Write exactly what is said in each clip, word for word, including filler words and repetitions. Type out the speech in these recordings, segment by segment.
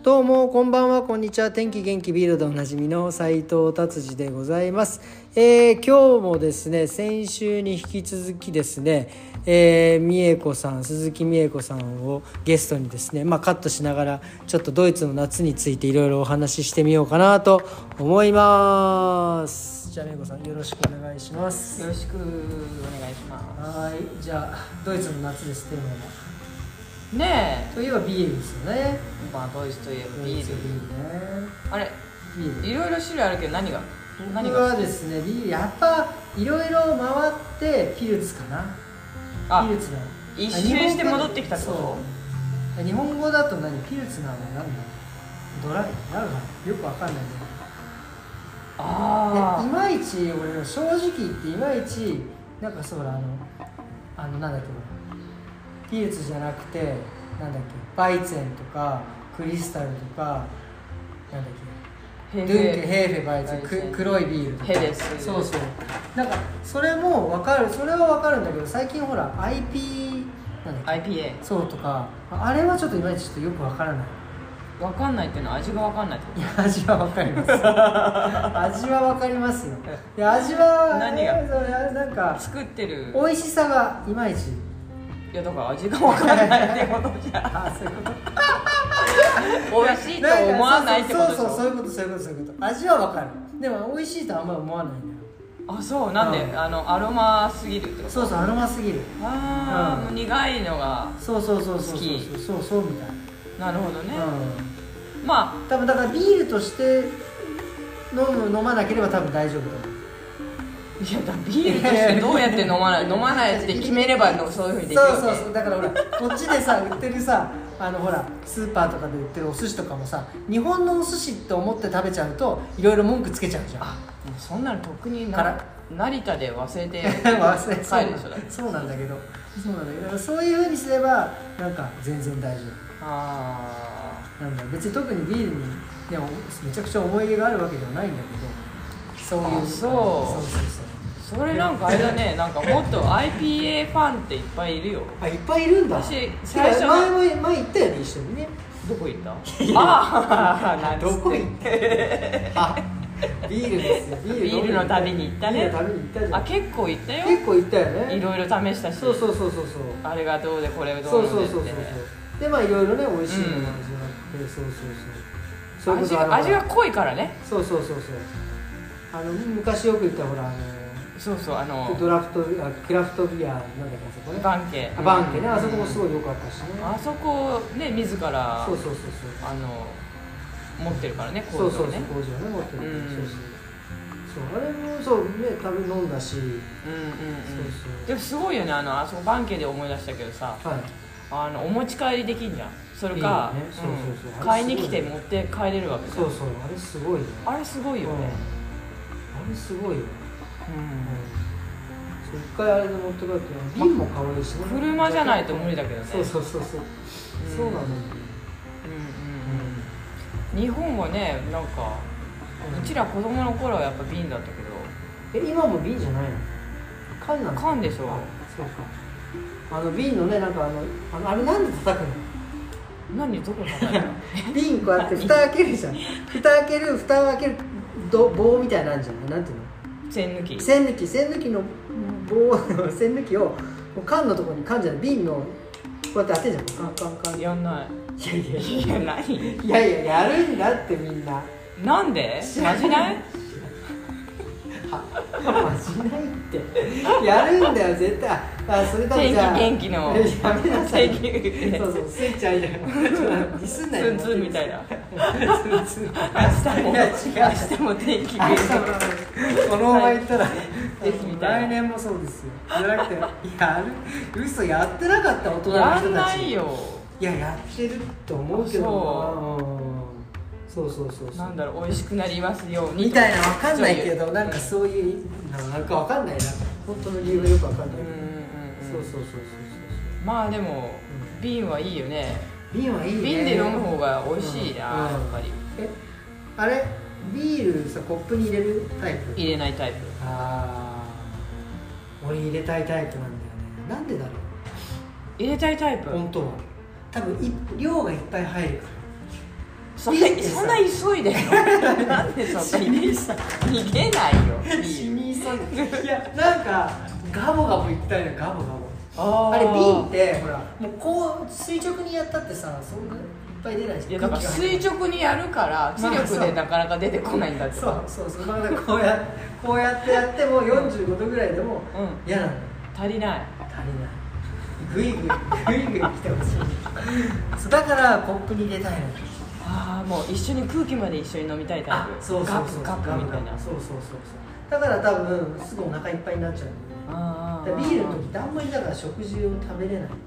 どうもこんばんは、こんにちは。天気元気ビールでおなじみの斉藤達治でございます。えー、今日もですね、先週に引き続きですね、えー、美恵子さん鈴木美恵子さんをゲストにですね、まあ、カットしながらちょっとドイツの夏についていろいろお話ししてみようかなと思います。じゃあ美恵子さん、よろしくお願いします。 よろしくお願いします。 はい、じゃあドイツの夏です。テーマはねえ、 といえばビールですよね。 まあドイツといえばビール、 ビールね。 あれビールいろいろ種類あるけど何が何僕がはですね、ビールやっぱいろいろ回ってピルツかな。 あ、 ピルツだ。 一周して戻ってきたってこと。 そう、日本語だと何ピルツなの、何だドライなんかよくわかんないんだけど、 あいまいち俺正直言っていまいちなんかそうだ、あのあのなんだっけ、ピルツじゃなくてなんだっけ、バイツェンとかクリスタルとかなんだっけ、ドゥンケ、ヘーフェ、バイツェン、く黒いビールとか、 ヘデス、 そうそう、なんかそれも分かる、それは分かるんだけど、最近ほら アイピー なんだっけアイピーエーそうとか、あれはちょっといまいちちょっとよく分からない。 わかんないっていうのは味がわかんないってこいや、味は分かります味は分かりますよ。いや、味は何がそうなんかと作ってる美味しさがいまいち。 いやだから味がわかんないってことじゃんあ、そういうこと美味しいと思わないってことでしょ。 そうそう、そういうこと、そういうこと、そういうこと。味は分かる。でも美味しいとはあんまり思わないんだよ。 あ、そう、なんで、 うん、 あのアロマすぎるってこと。 そうそう、アロマすぎる。 ああ、 うん、 苦いのがそうそうそうそうそう好き。 そうそうみたいなるほどね、 うん、 まあ多分だからビールとして飲む飲まなければ多分大丈夫だと思う。 いやだビールとしてどうやって飲まない飲まないって決めればのそういうふうにできるわけ。 そうそうそう、だからほらこっちでさ売ってるさ、あのほらスーパーとかで売ってるお寿司とかもさ、日本のお寿司って思って食べちゃうといろいろ文句つけちゃうじゃん。あ、 もうそんなのとっくになから成田で忘れて忘れ帰るでしょ。だそうなんだけど、そうなんだけど、そういうふうにすればなんか全然大丈夫。 あなんだ、別に特にビールにでもめちゃくちゃ思い入れがあるわけではないんだけど、そういう、 あ、そうそうそうそうそれなんかあれだね、なんかもっと アイピーエー ファンっていっぱいいるよ。 あ、いっぱいいるんだ。 私最初前も前行ったよね、一緒にね。 どこ行ったああどこ行ったあ、ビールですよ。ビールビールの旅に行ったね。 ビールの旅に行ったじゃん。 あ、結構行ったよ。 結構行ったよね。 いろいろ試したし、 そうそうそうそうそう、 あれがどうでこれがどそううでってそうそうそうで、まあいろいろね、美味しいのも味わって、そうそうそう、そういうことあるから。 味が濃いからね。 そうそうそうそう、あの昔よく言ったほら、あのそうそう、あのドラフトあクラフトビアなんだっけ、あそこね、 バンケ、 あバンケね、あそこもすごい良かったしね。 あそこね、自らそうそうそうそう、 あの持ってるからね、 そうそうそう、 工場ね。 工場ね持ってる、 うん、 そうそうそう、あれもそうね、食べ飲んだし、うんうんうん、 そうそう。でもすごいよね、あのあそこバンケで思い出したけどさ、 はい、 あのお持ち帰りできんじゃん。それか、 いいね、そうそうそう、 買いに来て持って帰れるわけじゃん。 そうそう、あれすごいね。 あれすごいよね。 あれすごいよ。 うん。 一回あれで持って帰って、瓶も可愛いしね。 車じゃないと無理だけどね。 そうそうそうそう。そうなの。うんうんうん。日本はね、なんかうちら子供の頃はやっぱ瓶だったけど。え、今も瓶じゃないの？缶なの？ 缶でしょ。 そうか。あの瓶のね、なんかあのあのあれなんで叩くの？ 何どこ叩いたの？ 瓶こうやって蓋開けるじゃん。蓋開ける蓋を開けるど棒みたいなんじゃん。なんていうの？ 栓抜き。 栓抜き栓抜きの棒栓抜きを缶のところに、缶じゃない瓶のこうやって当てるじゃん。カンカンカン。 やんない。 いやいやいや、何？ いやいや、やるんだってみんな。 なんで？まじない？ まじないってやるんだよ絶対。あ、それ多分じゃあ天気元気のやめなさい。 そうそう、スイッチあるじゃん。ディスんないで。 ツンツンみたいな。 ツンツン。 明日もいや違う、 明日も天気元気。 このままいったら来みたいな。 年もそうですよ。じゃなくて、やる嘘やってなかった大人の人たち。 やんないよ。 いや、やってると思うけどな。そうそうそうそう、 なんだろう、美味しくなりますようにみたいな、わかんないけど、なんかそういうなんかわかんないな、本当の理由がよくわかんないけど、そうそうそうそうそう、 まあでも、うん、瓶はいいよね。 瓶はいいね。 瓶で飲む方が美味しいな、うん、やっぱり。 え、あれビールさ、コップに入れるタイプ？ 入れないタイプ。 ああ、俺入れたいタイプなんだよね。なんでだろう。 入れたいタイプ。 本当は多分量がいっぱい入るから。 そんなそんな急いでるのなんでそんな逃げないよ死に急いでいやなんかガボガボいったよねガボガボああれ瓶ってほらもうこう垂直にやったってさそんないっぱい出ないしいやだから垂直にやるから圧力でなかなか出てこないんだってそうそうそうだからこうやこうやってやってもよんじゅうごどぐらいでも嫌なの、うん、 足りない足りないグイグイグイグイ来てほしいそうだからコップに入れたいのああもう一緒に空気まで一緒に飲みたいタイプそうそうそうガップガップみたいなそうそうそうそうだから多分すぐお腹いっぱいになっちゃうあだからビールの時ってあんまりだから食事を食べれない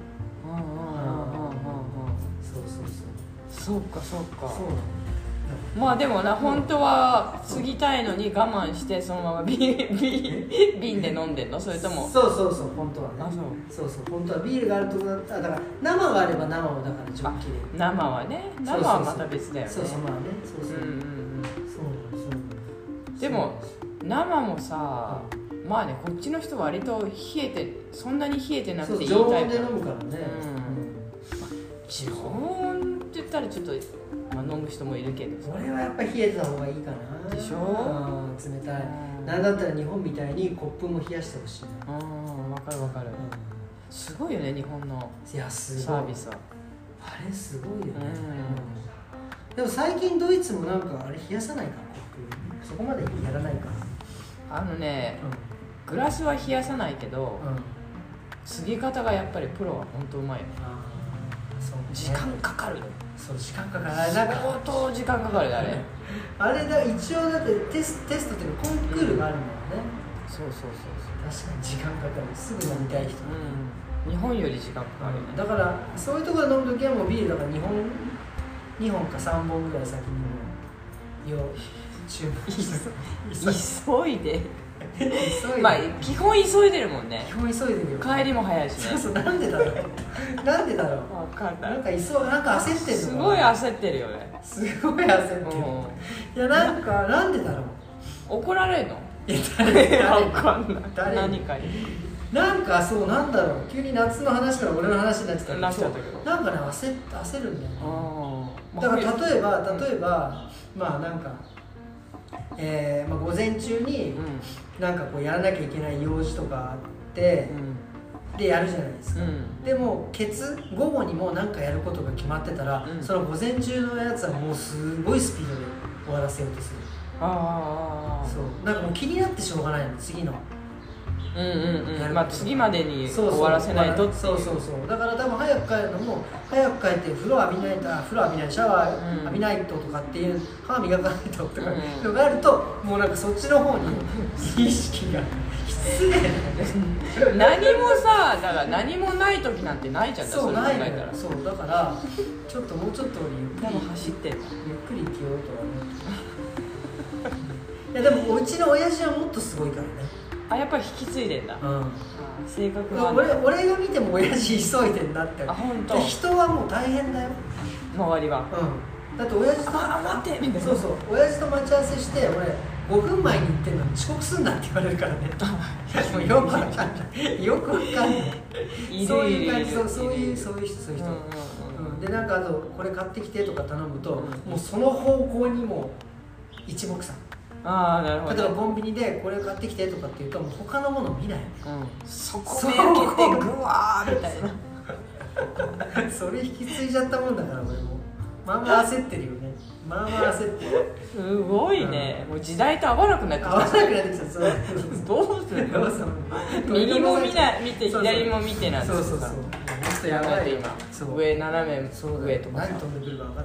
そうそうそうそうかそうかそうなのまあでもな本当は継ぎたいのに我慢してそのまま瓶瓶で飲んでんのそれともそうそうそう本当はねあそうそうそう本当はビールがあるとこだったらだから生があれば生をだからジョッキで生はね生はまた別だよねそうそうまあねそうそう、 うんうんうん、 そうそうでも生もさ、うん、まあねこっちの人は割と冷えてそんなに冷えてなくていいタイプ常温で飲むからね、 うん、常温って言ったらちょっとまあ、飲む人もいるけど俺はやっぱり冷えてた方がいいかなでしょ、 うん、冷たい、うん、なんだったら日本みたいにコップも冷やしてほしいなうん分かる分かる、うん、すごいよね日本のサービスはあれすごいよね、 うん、 でも最近ドイツもなんかあれ冷やさないかコップそこまでやらないかあのね、うん、グラスは冷やさないけど、うん、継ぎ方がやっぱりプロは本当うまいよねそうね時間かかるそう時間かかるあれなんか相当時間かかるあれあれだ一応だってテステストっていうかコンクールがあるんだよね、 うん、そうそうそうそう確かに時間かかるすぐ飲みたい人、 うん、日本より時間かかるよね、 うん、だからそういうところで飲むときはもうビールだからにほんにほんかさんぼんぐらい先にもよ注文して急いでまあ基本急いでるもんね基本急いでるよ帰りも早いしねそうそうなんでだろうなんでだろう分かんないなんか急なんか焦ってるのすごい焦ってるよねすごい焦ってる、うん、いやなんかなんでだろう怒られるのいや誰分かんない誰何かになんかそうなんだろう急に夏の話から俺の話になっちゃったけどなっちゃったけどなんかね焦焦るんだよねあだから例えば例えば、うん、まあなんかえーまあ、午前中になんかこうやらなきゃいけない用事とかあって、うん、でやるじゃないですか、うん、でもケツ午後にも何かやることが決まってたら、うん、その午前中のやつはもうすごいスピードで終わらせようとするああそうなんかもう気になってしょうがないの次のうんうんうんまあ次までに終わらせないとっていうそうそうそうだから多分早く帰るのも早く帰って風呂浴びないと風呂浴びないシャワー浴びないととかっていう歯磨かないととかのがあるともうなんかそっちの方に意識が失礼何もさだから何もない時なんてないじゃんそうないからそうだからちょっともうちょっとゆっくり走ってんだゆっくり生きようとは思っていやでもうちの親父はもっとすごいからねあやっぱり引き継いでんだ、うん、性格は、 ね、俺, 俺が見ても親父急いでんだってあ本当人はもう大変だよ周りはうんだって親父とあ待ってみたいなそうそう親父と待ち合わせして俺ごふんまえに行ってんのに遅刻すんなって言われるからねもうよくわかんないよくわかんないそういう感じそうそういうそういう人そういう人、うんうんうん、でなんかあとこれ買ってきてとか頼むと、うん、もうその方向にも一目散あなるほど、ね、 例えばコンビニでこれ買ってきてとかって言うともう他のもの見ない、 うん、そこ目開けてグワーみたいなそれ引き継いじゃったもんだから俺もまあまあ焦ってるよねまあまあ焦ってるすごいね、うん、もう時代と合わなくなってきた合わなくなってきたそうどうするの右も見な見て左も見てなんてそうそうそうもっとやばい今上斜め上とか何飛んでくるか分かん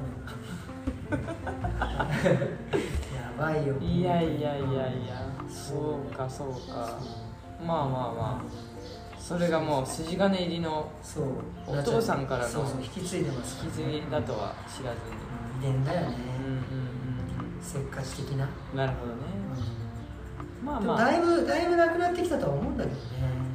ないやばいよいやいやいやいやそうかそうかまあまあまあそれがもう筋金入りのお父さんからのそうそう引き継いでます引き継ぎだとは知らずに遺伝だよねうんうんうんせっかち的ななるほどね、 うん、まあまあだいぶだいぶなくなってきたとは思うんだけどね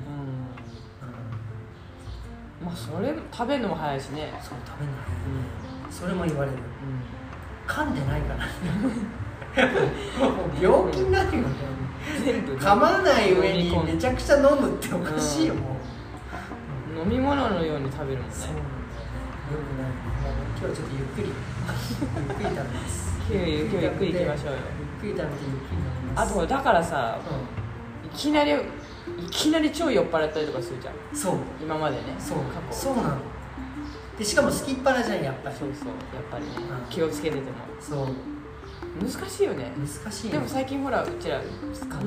うん、うん、まあそれ食べるのも早いしねそう食べるの早い、うん、それも言われる、うん、噛んでないからもう病気になるよね全部噛まない上にめちゃくちゃ飲むっておかしいよ、うん、もう飲み物のように食べるもんねくない。今日はちょっとゆっくりゆっくり食べます。 今日ゆっくり行きましょうよ。 ゆっくり食べてゆっくり飲みます。 あとだからさ、 うん、 いきなりいきなり超酔っ払ったりとかするじゃん。 そう今までね。 そう過去そうなの。でしかも好きっぱなじゃんやっぱり。 そうそうやっぱりね、 うん、 気をつけててもそう難しいよね。 難しい。 でも最近ほらうちら必ず、うん、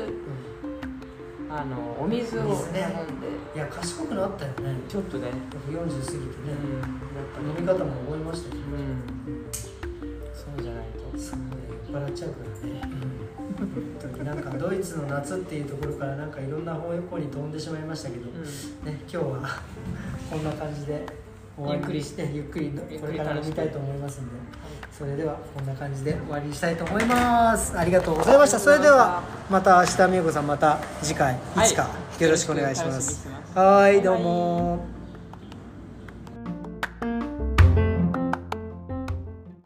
あのお水を飲んで、ね、 いや賢くなったよね。 ちょっとねよんじゅう過ぎてね、うん、やっぱ飲み方も覚えましたけど、うん、そうじゃないとそうね酔っ払っちゃうからね、うん、なんかドイツの夏っていうところからなんかいろんな方向に飛んでしまいましたけど、うん、ね、今日はこんな感じで終わりにしてゆっくりこれから飲みたいと思いますので、それではこんな感じで終わりにしたいと思います。ありがとうございました。それではまた明日美恵子さんまた次回いつかよろしくお願いします。はい、どうも。